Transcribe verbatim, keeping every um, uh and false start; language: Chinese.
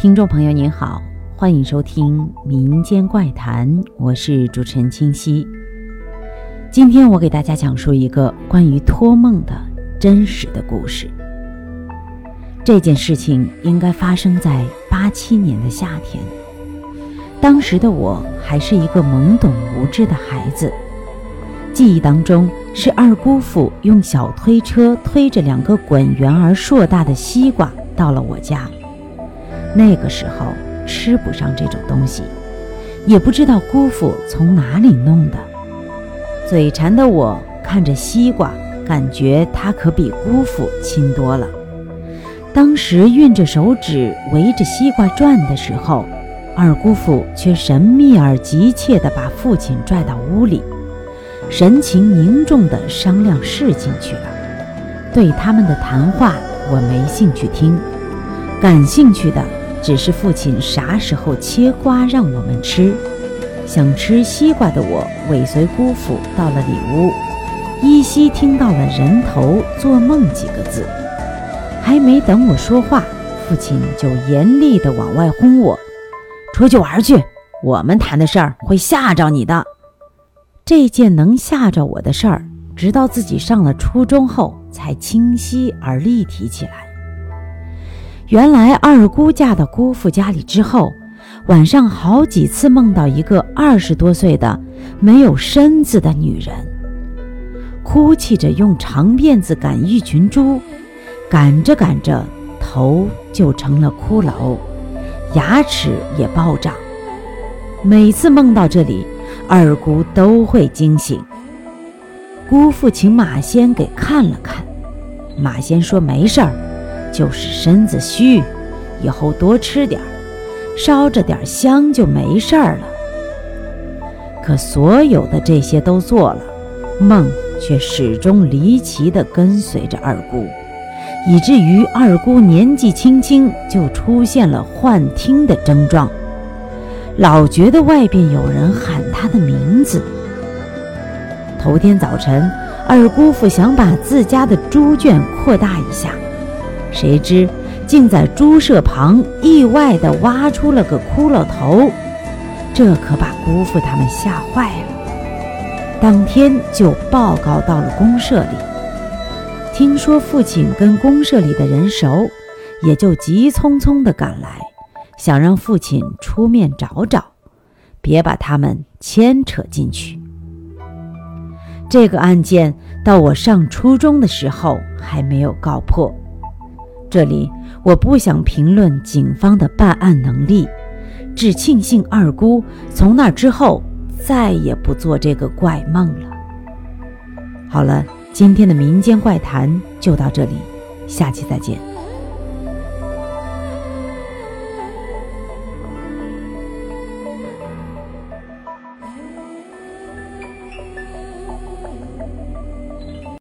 听众朋友您好，欢迎收听民间怪谈，我是主持人清晰。今天我给大家讲述一个关于托梦的真实的故事。这件事情应该发生在八七年的夏天，当时的我还是一个懵懂无知的孩子。记忆当中是二姑父用小推车推着两个滚圆而硕大的西瓜到了我家。那个时候吃不上这种东西，也不知道姑父从哪里弄的。嘴馋的我看着西瓜，感觉它可比姑父亲多了。当时运着手指围着西瓜转的时候，二姑父却神秘而急切地把父亲拽到屋里，神情凝重地商量事进去了。对他们的谈话我没兴趣听，感兴趣的只是父亲啥时候切瓜让我们吃。想吃西瓜的我尾随姑父到了里屋，依稀听到了人头做梦几个字。还没等我说话，父亲就严厉地往外轰我，出去玩去，我们谈的事儿会吓着你的。这件能吓着我的事儿，直到自己上了初中后才清晰而立体起来。原来二姑嫁到姑父家里之后，晚上好几次梦到一个二十多岁的没有身子的女人，哭泣着用长辫子赶一群猪，赶着赶着头就成了骷髅，牙齿也暴涨。每次梦到这里，二姑都会惊醒。姑父请马仙给看了看，马仙说没事儿，就是身子虚，以后多吃点儿，烧着点香就没事儿了。可所有的这些都做了，梦却始终离奇地跟随着二姑，以至于二姑年纪轻轻就出现了幻听的症状，老觉得外边有人喊她的名字。头天早晨，二姑父想把自家的猪圈扩大一下，谁知竟在猪舍旁意外地挖出了个骷髅头，这可把姑父他们吓坏了，当天就报告到了公社里。听说父亲跟公社里的人熟，也就急匆匆地赶来，想让父亲出面找找，别把他们牵扯进去。这个案件到我上初中的时候还没有告破。这里我不想评论警方的办案能力，只庆幸二姑从那之后再也不做这个怪梦了。好了，今天的民间怪谈就到这里，下期再见。